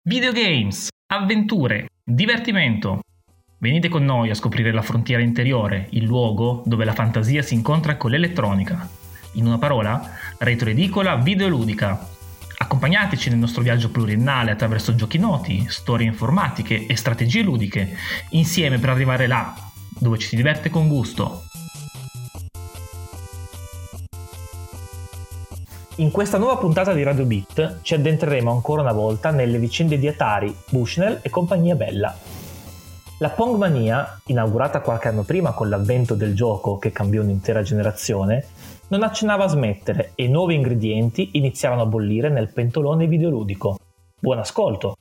Videogames, avventure, divertimento. Venite con noi a scoprire la frontiera interiore, il luogo dove la fantasia si incontra con l'elettronica. In una parola, retroedicola videoludica. Accompagnateci nel nostro viaggio pluriennale attraverso giochi noti, storie informatiche e strategie ludiche, insieme per arrivare là, dove ci si diverte con gusto. In questa nuova puntata di Radio Beat ci addentreremo ancora una volta nelle vicende di Atari, Bushnell e compagnia bella. La Pong mania, inaugurata qualche anno prima con l'avvento del gioco che cambiò un'intera generazione, non accennava a smettere e nuovi ingredienti iniziarono a bollire nel pentolone videoludico. Buon ascolto!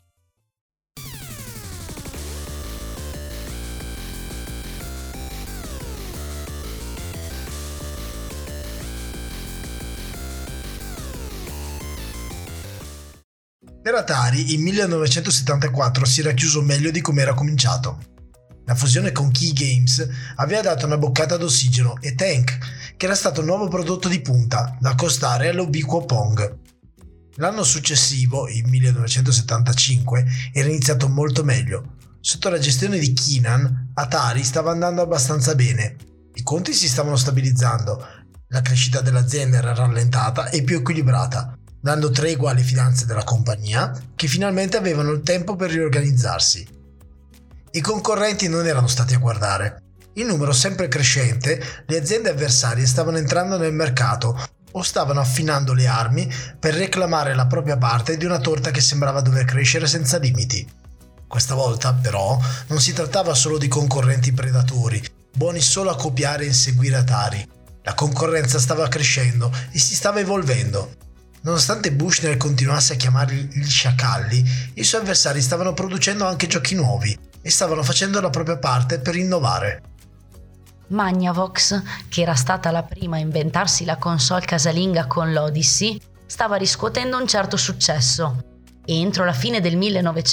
Per Atari, il 1974 si era chiuso meglio di come era cominciato. La fusione con Key Games aveva dato una boccata d'ossigeno e Tank, che era stato il nuovo prodotto di punta da accostare all'ubiquo Pong. L'anno successivo, il 1975, era iniziato molto meglio. Sotto la gestione di Keenan, Atari stava andando abbastanza bene. I conti si stavano stabilizzando, la crescita dell'azienda era rallentata e più equilibrata, dando tregua alle finanze della compagnia, che finalmente avevano il tempo per riorganizzarsi. I concorrenti non erano stati a guardare. In numero sempre crescente, le aziende avversarie stavano entrando nel mercato o stavano affinando le armi per reclamare la propria parte di una torta che sembrava dover crescere senza limiti. Questa volta, però, non si trattava solo di concorrenti predatori, buoni solo a copiare e inseguire Atari. La concorrenza stava crescendo e si stava evolvendo. Nonostante Bushnell continuasse a chiamarli gli sciacalli, i suoi avversari stavano producendo anche giochi nuovi e stavano facendo la propria parte per innovare. Magnavox, che era stata la prima a inventarsi la console casalinga con l'Odyssey, stava riscuotendo un certo successo e entro la fine del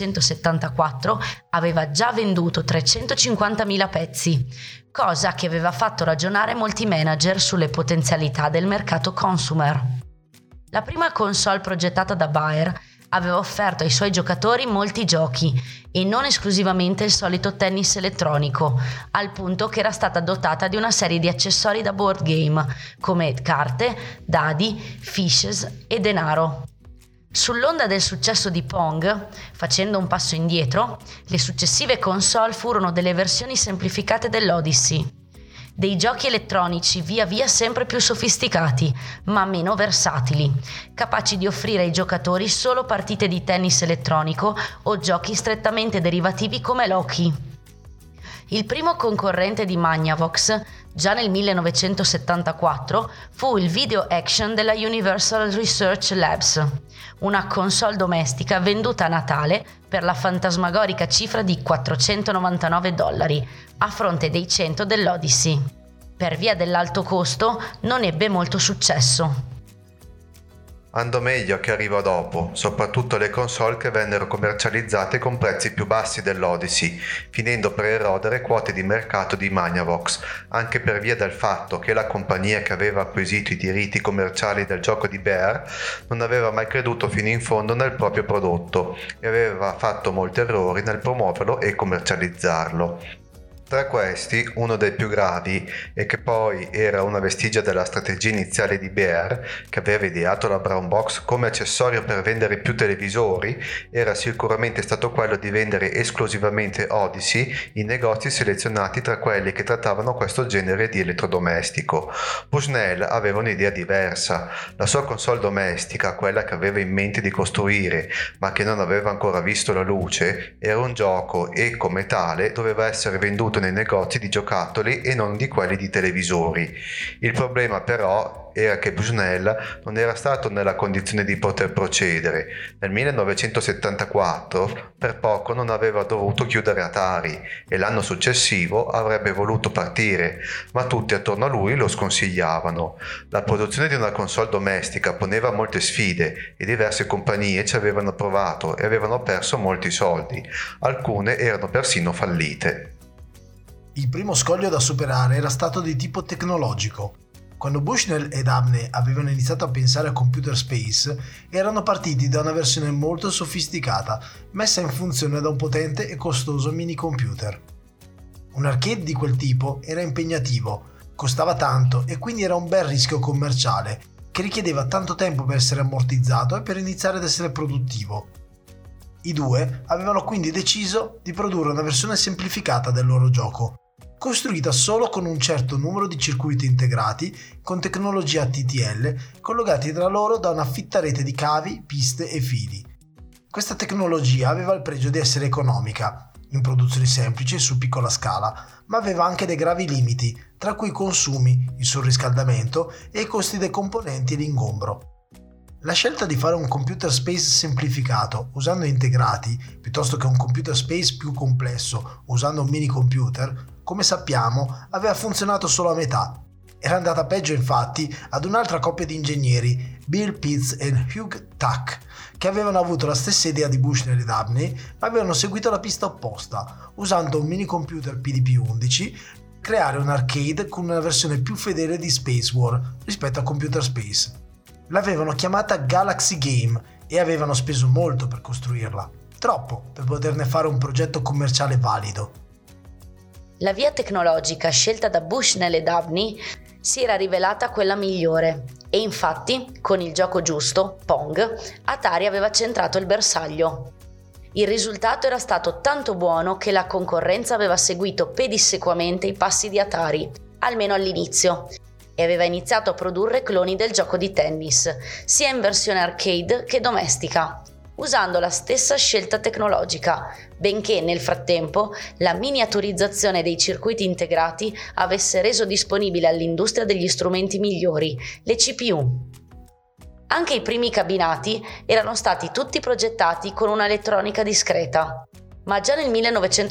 1974 aveva già venduto 350.000 pezzi, cosa che aveva fatto ragionare molti manager sulle potenzialità del mercato consumer. La prima console progettata da Baer aveva offerto ai suoi giocatori molti giochi e non esclusivamente il solito tennis elettronico, al punto che era stata dotata di una serie di accessori da board game come carte, dadi, fishes e denaro. Sull'onda del successo di Pong, facendo un passo indietro, le successive console furono delle versioni semplificate dell'Odyssey. Dei giochi elettronici via via sempre più sofisticati, ma meno versatili, capaci di offrire ai giocatori solo partite di tennis elettronico o giochi strettamente derivativi come l'hockey. Il primo concorrente di Magnavox, già nel 1974, fu il Video Action della Universal Research Labs, una console domestica venduta a Natale per la fantasmagorica cifra di $499, a fronte dei 100 dell'Odyssey. Per via dell'alto costo non ebbe molto successo. Andò meglio che arrivò dopo, soprattutto le console che vennero commercializzate con prezzi più bassi dell'Odyssey, finendo per erodere quote di mercato di Magnavox, anche per via del fatto che la compagnia che aveva acquisito i diritti commerciali del gioco di Baer non aveva mai creduto fino in fondo nel proprio prodotto e aveva fatto molti errori nel promuoverlo e commercializzarlo. Tra questi, uno dei più gravi, e che poi era una vestigia della strategia iniziale di Baer, che aveva ideato la Brown Box come accessorio per vendere più televisori, era sicuramente stato quello di vendere esclusivamente Odyssey in negozi selezionati tra quelli che trattavano questo genere di elettrodomestico. Bushnell aveva un'idea diversa. La sua console domestica, quella che aveva in mente di costruire, ma che non aveva ancora visto la luce, era un gioco e, come tale, doveva essere venduto nei negozi di giocattoli e non di quelli di televisori. Il problema però era che Bushnell non era stato nella condizione di poter procedere. Nel 1974 per poco non aveva dovuto chiudere Atari e l'anno successivo avrebbe voluto partire, ma tutti attorno a lui lo sconsigliavano. La produzione di una console domestica poneva molte sfide e diverse compagnie ci avevano provato e avevano perso molti soldi. Alcune erano persino fallite. Il primo scoglio da superare era stato di tipo tecnologico. Quando Bushnell ed Abney avevano iniziato a pensare a Computer Space, erano partiti da una versione molto sofisticata, messa in funzione da un potente e costoso minicomputer. Un arcade di quel tipo era impegnativo, costava tanto e quindi era un bel rischio commerciale, che richiedeva tanto tempo per essere ammortizzato e per iniziare ad essere produttivo. I due avevano quindi deciso di produrre una versione semplificata del loro gioco, costruita solo con un certo numero di circuiti integrati con tecnologia TTL collegati tra loro da una fitta rete di cavi, piste e fili. Questa tecnologia aveva il pregio di essere economica, in produzioni semplici e su piccola scala, ma aveva anche dei gravi limiti, tra cui i consumi, il surriscaldamento e i costi dei componenti e l'ingombro. La scelta di fare un computer space semplificato usando integrati piuttosto che un computer space più complesso usando un mini computer, come sappiamo, aveva funzionato solo a metà. Era andata peggio infatti ad un'altra coppia di ingegneri, Bill Pitts e Hugh Tuck, che avevano avuto la stessa idea di Bushnell ed Abney, ma avevano seguito la pista opposta, usando un mini computer PDP-11, creare un arcade con una versione più fedele di Space War rispetto a Computer Space. L'avevano chiamata Galaxy Game e avevano speso molto per costruirla, troppo per poterne fare un progetto commerciale valido. La via tecnologica scelta da Bushnell ed Abney si era rivelata quella migliore e infatti, con il gioco giusto, Pong, Atari aveva centrato il bersaglio. Il risultato era stato tanto buono che la concorrenza aveva seguito pedissequamente i passi di Atari, almeno all'inizio, e aveva iniziato a produrre cloni del gioco di tennis, sia in versione arcade che domestica, usando la stessa scelta tecnologica, benché nel frattempo la miniaturizzazione dei circuiti integrati avesse reso disponibile all'industria degli strumenti migliori, le CPU. Anche i primi cabinati erano stati tutti progettati con una elettronica discreta, ma già nel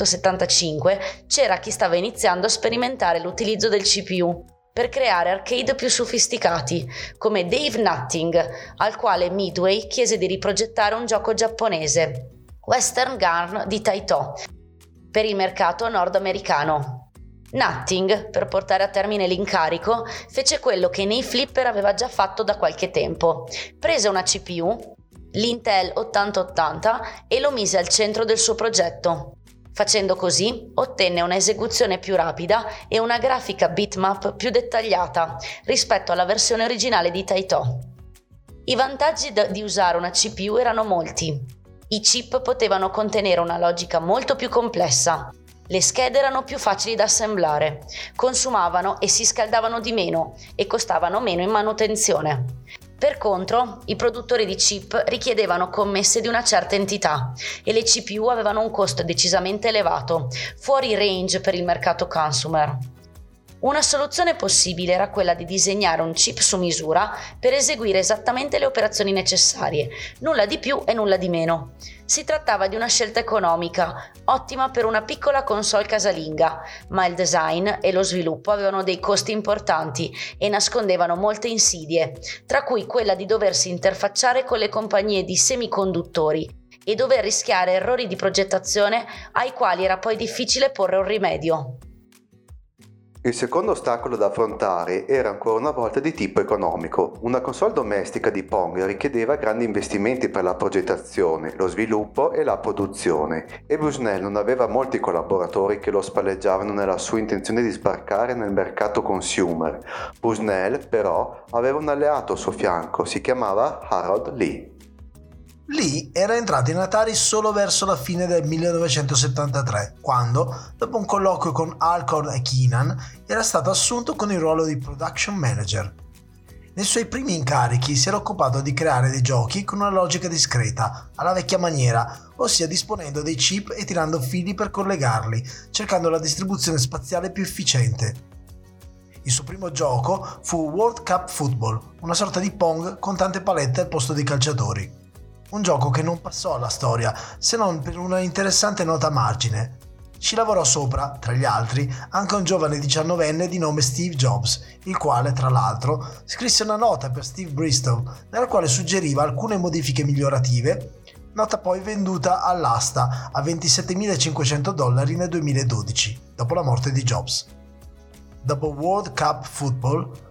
1975 c'era chi stava iniziando a sperimentare l'utilizzo del CPU per creare arcade più sofisticati, come Dave Nutting, al quale Midway chiese di riprogettare un gioco giapponese, Western Gun di Taito, per il mercato nordamericano. Nutting, per portare a termine l'incarico, fece quello che nei flipper aveva già fatto da qualche tempo. Prese una CPU, l'Intel 8080, e lo mise al centro del suo progetto. Facendo così, ottenne un'esecuzione più rapida e una grafica bitmap più dettagliata rispetto alla versione originale di Taito. I vantaggi di usare una CPU erano molti. I chip potevano contenere una logica molto più complessa. Le schede erano più facili da assemblare, consumavano e si scaldavano di meno e costavano meno in manutenzione. Per contro, i produttori di chip richiedevano commesse di una certa entità e le CPU avevano un costo decisamente elevato, fuori range per il mercato consumer. Una soluzione possibile era quella di disegnare un chip su misura per eseguire esattamente le operazioni necessarie, nulla di più e nulla di meno. Si trattava di una scelta economica, ottima per una piccola console casalinga, ma il design e lo sviluppo avevano dei costi importanti e nascondevano molte insidie, tra cui quella di doversi interfacciare con le compagnie di semiconduttori e dover rischiare errori di progettazione ai quali era poi difficile porre un rimedio. Il secondo ostacolo da affrontare era ancora una volta di tipo economico. Una console domestica di Pong richiedeva grandi investimenti per la progettazione, lo sviluppo e la produzione, e Bushnell non aveva molti collaboratori che lo spalleggiavano nella sua intenzione di sbarcare nel mercato consumer. Bushnell, però, aveva un alleato al suo fianco, si chiamava Harold Lee. Lee era entrato in Atari solo verso la fine del 1973, quando, dopo un colloquio con Alcorn e Keenan, era stato assunto con il ruolo di production manager. Nei suoi primi incarichi si era occupato di creare dei giochi con una logica discreta, alla vecchia maniera, ossia disponendo dei chip e tirando fili per collegarli, cercando la distribuzione spaziale più efficiente. Il suo primo gioco fu World Cup Football, una sorta di Pong con tante palette al posto dei calciatori. Un gioco che non passò alla storia, se non per una interessante nota a margine. Ci lavorò sopra, tra gli altri, anche un giovane 19enne di nome Steve Jobs, il quale, tra l'altro, scrisse una nota per Steve Bristow, nella quale suggeriva alcune modifiche migliorative, nota poi venduta all'asta a $27.500 nel 2012, dopo la morte di Jobs. Dopo World Cup Football,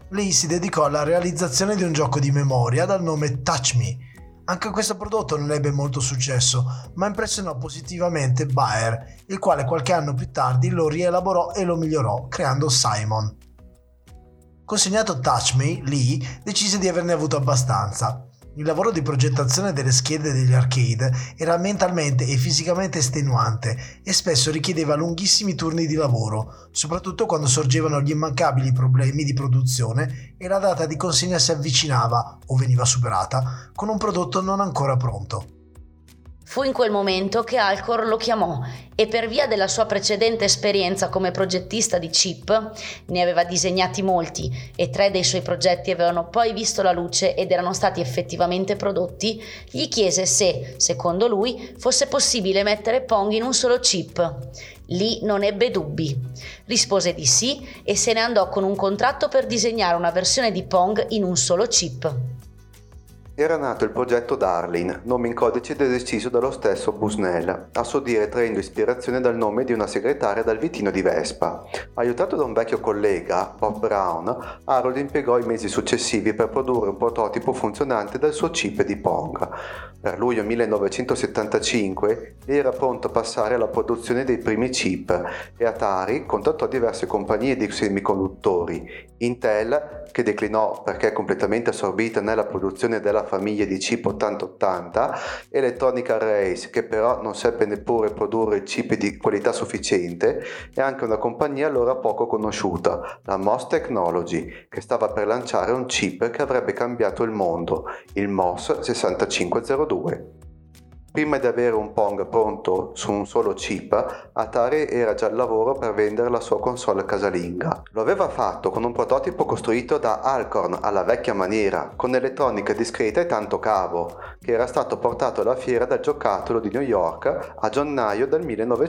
Lee si dedicò alla realizzazione di un gioco di memoria dal nome Touch Me. Anche questo prodotto non ebbe molto successo, ma impressionò positivamente Baer, il quale qualche anno più tardi lo rielaborò e lo migliorò, creando Simon. Consegnato Touch Me, Lee decise di averne avuto abbastanza. Il lavoro di progettazione delle schede degli arcade era mentalmente e fisicamente estenuante e spesso richiedeva lunghissimi turni di lavoro, soprattutto quando sorgevano gli immancabili problemi di produzione e la data di consegna si avvicinava o veniva superata con un prodotto non ancora pronto. Fu in quel momento che Alcor lo chiamò e per via della sua precedente esperienza come progettista di chip, ne aveva disegnati molti e 3 dei suoi progetti avevano poi visto la luce ed erano stati effettivamente prodotti, gli chiese se, secondo lui, fosse possibile mettere Pong in un solo chip. Lee non ebbe dubbi. Rispose di sì e se ne andò con un contratto per disegnare una versione di Pong in un solo chip. Era nato il progetto Darlin, nome in codice deciso dallo stesso Busnell, a suo dire traendo ispirazione dal nome di una segretaria dal Vitino di Vespa. Aiutato da un vecchio collega, Bob Brown, Harold impiegò i mesi successivi per produrre un prototipo funzionante del suo chip di Pong. Per luglio 1975 era pronto a passare alla produzione dei primi chip e Atari contattò diverse compagnie di semiconduttori. Intel, che declinò perché completamente assorbita nella produzione della famiglia di chip 8080, Electronic Arrays, che però non seppe neppure produrre chip di qualità sufficiente, e anche una compagnia allora poco conosciuta, la MOS Technology, che stava per lanciare un chip che avrebbe cambiato il mondo, il MOS 6502. Prima di avere un Pong pronto su un solo chip, Atari era già al lavoro per vendere la sua console casalinga. Lo aveva fatto con un prototipo costruito da Alcorn alla vecchia maniera, con elettronica discreta e tanto cavo, che era stato portato alla fiera del giocattolo di New York a gennaio del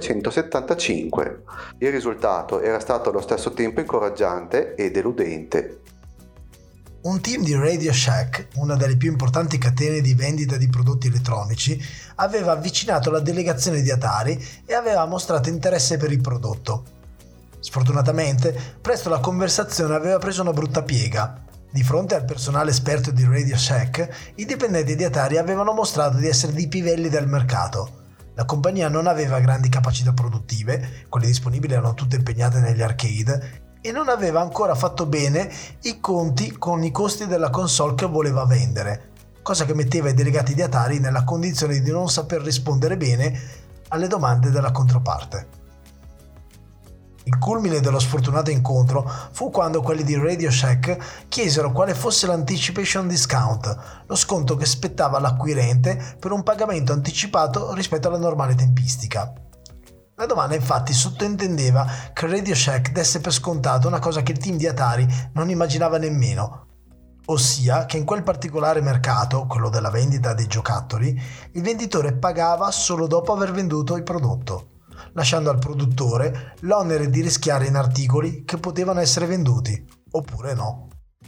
1975. Il risultato era stato allo stesso tempo incoraggiante e deludente. Un team di Radio Shack, una delle più importanti catene di vendita di prodotti elettronici, aveva avvicinato la delegazione di Atari e aveva mostrato interesse per il prodotto. Sfortunatamente, presto la conversazione aveva preso una brutta piega. Di fronte al personale esperto di Radio Shack, i dipendenti di Atari avevano mostrato di essere dei pivelli del mercato. La compagnia non aveva grandi capacità produttive, quelle disponibili erano tutte impegnate negli arcade, e non aveva ancora fatto bene i conti con i costi della console che voleva vendere, cosa che metteva i delegati di Atari nella condizione di non saper rispondere bene alle domande della controparte. Il culmine dello sfortunato incontro fu quando quelli di Radio Shack chiesero quale fosse l'anticipation discount, lo sconto che spettava all'acquirente per un pagamento anticipato rispetto alla normale tempistica. La domanda infatti sottintendeva che Radio Shack desse per scontato una cosa che il team di Atari non immaginava nemmeno, ossia che in quel particolare mercato, quello della vendita dei giocattoli, il venditore pagava solo dopo aver venduto il prodotto, lasciando al produttore l'onere di rischiare in articoli che potevano essere venduti, oppure no.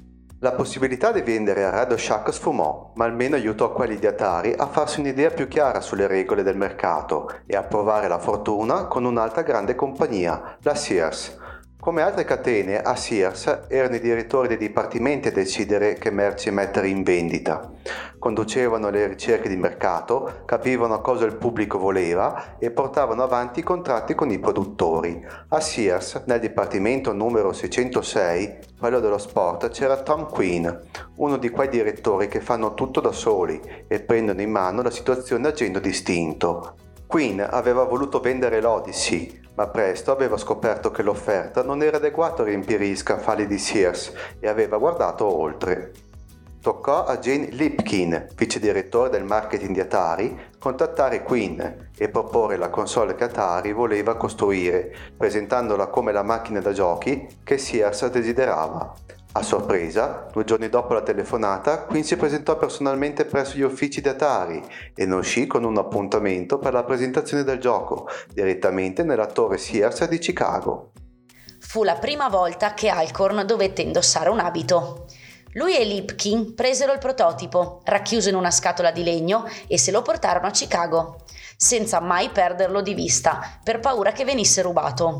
La possibilità di vendere a Radio Shack sfumò, ma almeno aiutò quelli di Atari a farsi un'idea più chiara sulle regole del mercato e a provare la fortuna con un'altra grande compagnia, la Sears. Come altre catene, a Sears erano i direttori dei dipartimenti a decidere che merci mettere in vendita. Conducevano le ricerche di mercato, capivano cosa il pubblico voleva e portavano avanti i contratti con i produttori. A Sears, nel dipartimento numero 606, quello dello sport, c'era Tom Quinn, uno di quei direttori che fanno tutto da soli e prendono in mano la situazione agendo distinto. Quinn aveva voluto vendere l'Odyssey, ma presto aveva scoperto che l'offerta non era adeguata a riempire gli scaffali di Sears e aveva guardato oltre. Toccò a Jane Lipkin, vice direttore del marketing di Atari, contattare Quinn e proporre la console che Atari voleva costruire, presentandola come la macchina da giochi che Sears desiderava. A sorpresa, 2 giorni dopo la telefonata, Quinn si presentò personalmente presso gli uffici di Atari e ne uscì con un appuntamento per la presentazione del gioco, direttamente nella torre Sears di Chicago. Fu la prima volta che Alcorn dovette indossare un abito. Lui e Lipkin presero il prototipo, racchiuso in una scatola di legno, e se lo portarono a Chicago, senza mai perderlo di vista, per paura che venisse rubato.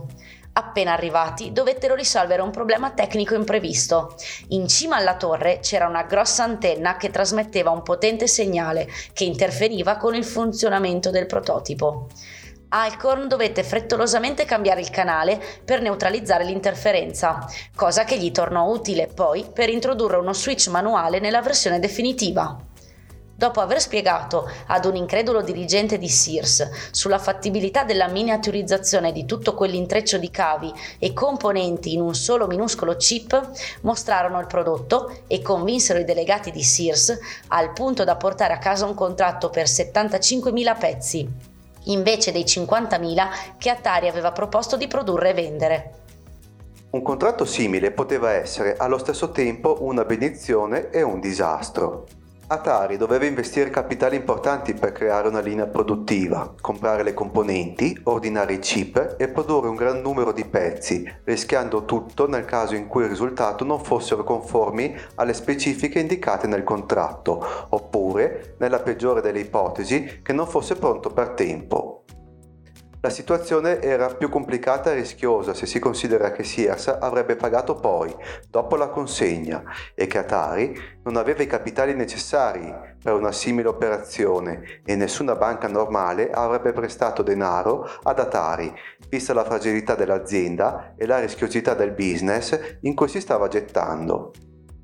Appena arrivati, dovettero risolvere un problema tecnico imprevisto. In cima alla torre c'era una grossa antenna che trasmetteva un potente segnale che interferiva con il funzionamento del prototipo. Alcorn dovette frettolosamente cambiare il canale per neutralizzare l'interferenza, cosa che gli tornò utile poi per introdurre uno switch manuale nella versione definitiva. Dopo aver spiegato ad un incredulo dirigente di Sears sulla fattibilità della miniaturizzazione di tutto quell'intreccio di cavi e componenti in un solo minuscolo chip, mostrarono il prodotto e convinsero i delegati di Sears al punto da portare a casa un contratto per 75.000 pezzi, invece dei 50.000 che Atari aveva proposto di produrre e vendere. Un contratto simile poteva essere allo stesso tempo una benedizione e un disastro. Atari doveva investire capitali importanti per creare una linea produttiva, comprare le componenti, ordinare i chip e produrre un gran numero di pezzi, rischiando tutto nel caso in cui il risultato non fossero conformi alle specifiche indicate nel contratto, oppure, nella peggiore delle ipotesi, che non fosse pronto per tempo. La situazione era più complicata e rischiosa se si considera che Sears avrebbe pagato poi, dopo la consegna, e che Atari non aveva i capitali necessari per una simile operazione e nessuna banca normale avrebbe prestato denaro ad Atari, vista la fragilità dell'azienda e la rischiosità del business in cui si stava gettando.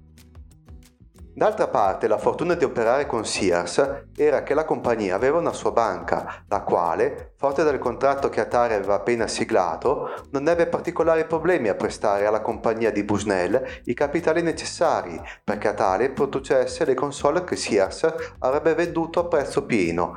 D'altra parte, la fortuna di operare con Sears era che la compagnia aveva una sua banca, la quale, forte del contratto che Atari aveva appena siglato, non ebbe particolari problemi a prestare alla compagnia di Bushnell i capitali necessari perché Atari producesse le console che Sears avrebbe venduto a prezzo pieno,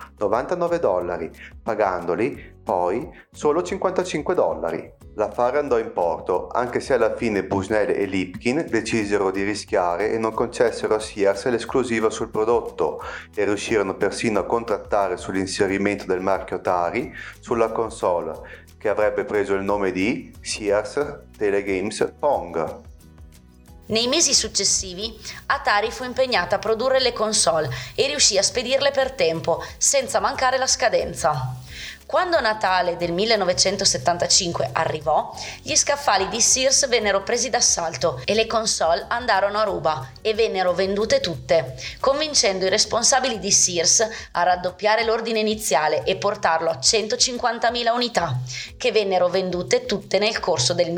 $99, pagandoli poi solo $55. L'affare andò in porto, anche se alla fine Bushnell e Lipkin decisero di rischiare e non concessero a Sears l'esclusiva sul prodotto e riuscirono persino a contrattare sull'inserimento del marchio Atari sulla console, che avrebbe preso il nome di Sears Telegames Pong. Nei mesi successivi, Atari fu impegnata a produrre le console e riuscì a spedirle per tempo, senza mancare la scadenza. Quando Natale del 1975 arrivò, gli scaffali di Sears vennero presi d'assalto e le console andarono a ruba e vennero vendute tutte, convincendo i responsabili di Sears a raddoppiare l'ordine iniziale e portarlo a 150.000 unità, che vennero vendute tutte nel corso del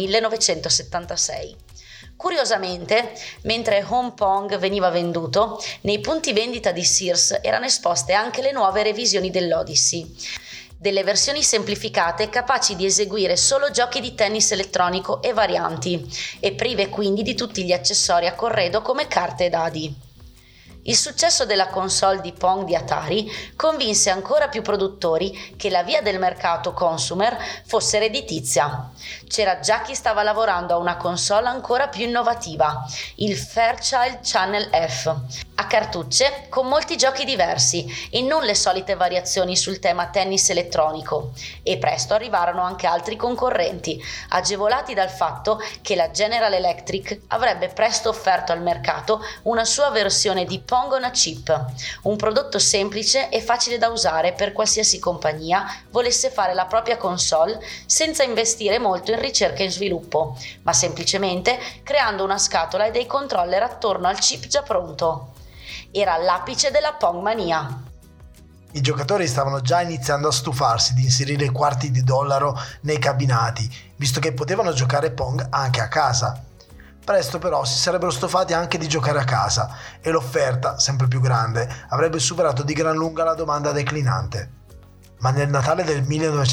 1976. Curiosamente, mentre Home Pong veniva venduto, nei punti vendita di Sears erano esposte anche le nuove revisioni dell'Odyssey, delle versioni semplificate capaci di eseguire solo giochi di tennis elettronico e varianti, e prive quindi di tutti gli accessori a corredo come carte e dadi. Il successo della console di Pong di Atari convinse ancora più produttori che la via del mercato consumer fosse redditizia. C'era già chi stava lavorando a una console ancora più innovativa, il Fairchild Channel F, a cartucce con molti giochi diversi e non le solite variazioni sul tema tennis elettronico, e presto arrivarono anche altri concorrenti, agevolati dal fatto che la General Electric avrebbe presto offerto al mercato una sua versione di Pong on a chip, un prodotto semplice e facile da usare per qualsiasi compagnia volesse fare la propria console senza investire molto in ricerca e sviluppo, ma semplicemente creando una scatola e dei controller attorno al chip già pronto. Era l'apice della Pong mania. I giocatori stavano già iniziando a stufarsi di inserire quarti di dollaro nei cabinati, visto che potevano giocare Pong anche a casa. Presto però si sarebbero stufati anche di giocare a casa e l'offerta, sempre più grande, avrebbe superato di gran lunga la domanda declinante. Ma nel Natale del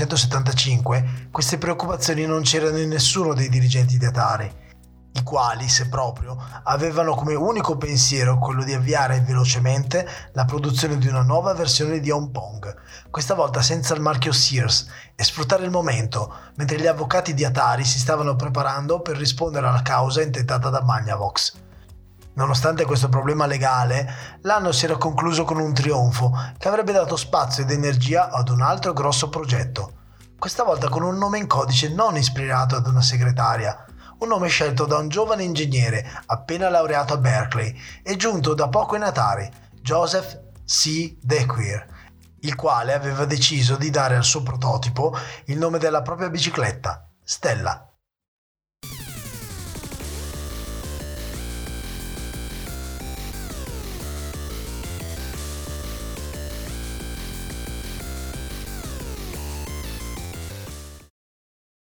1975 queste preoccupazioni non c'erano in nessuno dei dirigenti di Atari, i quali, se proprio, avevano come unico pensiero quello di avviare velocemente la produzione di una nuova versione di Home Pong, questa volta senza il marchio Sears, e sfruttare il momento, mentre gli avvocati di Atari si stavano preparando per rispondere alla causa intentata da Magnavox. Nonostante questo problema legale, l'anno si era concluso con un trionfo che avrebbe dato spazio ed energia ad un altro grosso progetto, questa volta con un nome in codice non ispirato ad una segretaria, un nome scelto da un giovane ingegnere appena laureato a Berkeley e giunto da poco in Atari, Joseph C. Dequire, il quale aveva deciso di dare al suo prototipo il nome della propria bicicletta, Stella.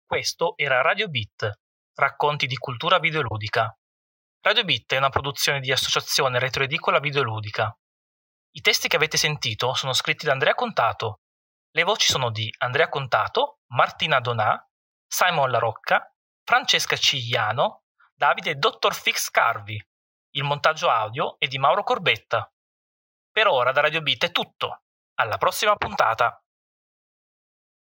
Questo era Radio Beat, racconti di cultura videoludica. Radio Beat è una produzione di Associazione Retroedicola Videoludica. I testi che avete sentito sono scritti da Andrea Contato. Le voci sono di Andrea Contato, Martina Donà, Simon La Rocca, Francesca Cigliano, Davide Dr. Fix Carvi. Il montaggio audio è di Mauro Corbetta. Per ora da Radio Beat è tutto. Alla prossima puntata!